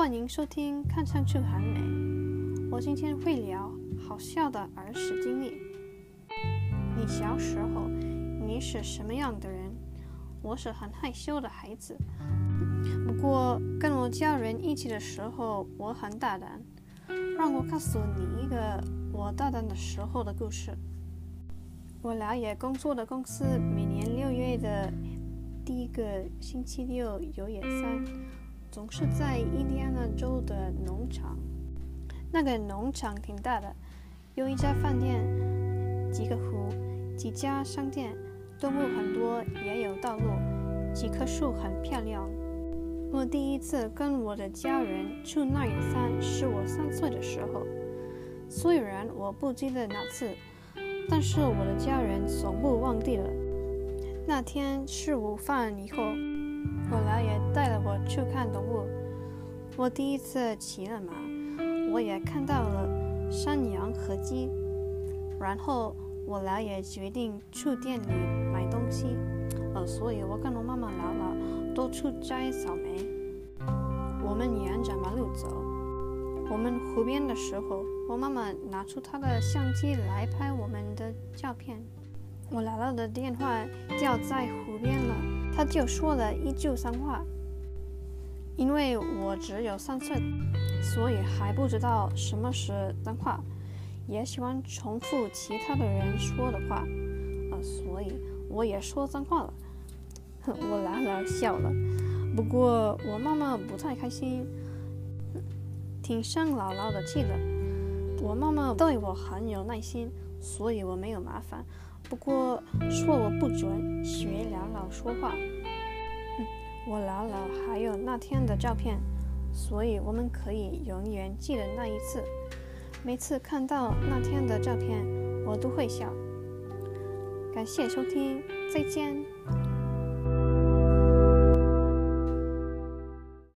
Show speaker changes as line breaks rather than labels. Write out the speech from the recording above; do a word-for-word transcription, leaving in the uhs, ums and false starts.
欢迎收听看上去很美。我今天会聊好笑的儿时经历。你小时候你是什么样的人？我是很害羞的孩子，不过跟我家人一起的时候我很大胆。让我告诉你一个我大胆的时候的故事。我姥爷工作的公司每年六月的第一个星期六有野餐，总是在印第安纳州的农场。那个农场挺大的，有一家饭店，几个湖，几家商店，动物很多，也有道路，几棵树很漂亮。我第一次跟我的家人去那野餐是我三岁的时候，虽然我不记得那次，但是我的家人总不忘记了。那天吃午饭以后，我姥爷带了我去看动物。我第一次骑了马，我也看到了山羊和鸡。然后我姥爷决定去店里买东西，呃，所以我跟我妈妈、姥姥都去摘草莓。我们沿着马路走，我们湖边的时候，我妈妈拿出她的相机来拍我们的照片。我姥姥的电话掉在湖边了，她就说了一句脏话。因为我只有三岁，所以还不知道什么是脏话，也喜欢重复其他的人说的话，呃，所以我也说脏话了。我姥姥笑了，不过我妈妈不太开心，挺生姥姥的气的。我妈妈对我很有耐心，所以我没有麻烦。不过说我不准学姥姥说话。嗯，我姥姥还有那天的照片，所以我们可以永远记得那一次。每次看到那天的照片，我都会笑。感谢收听，再见。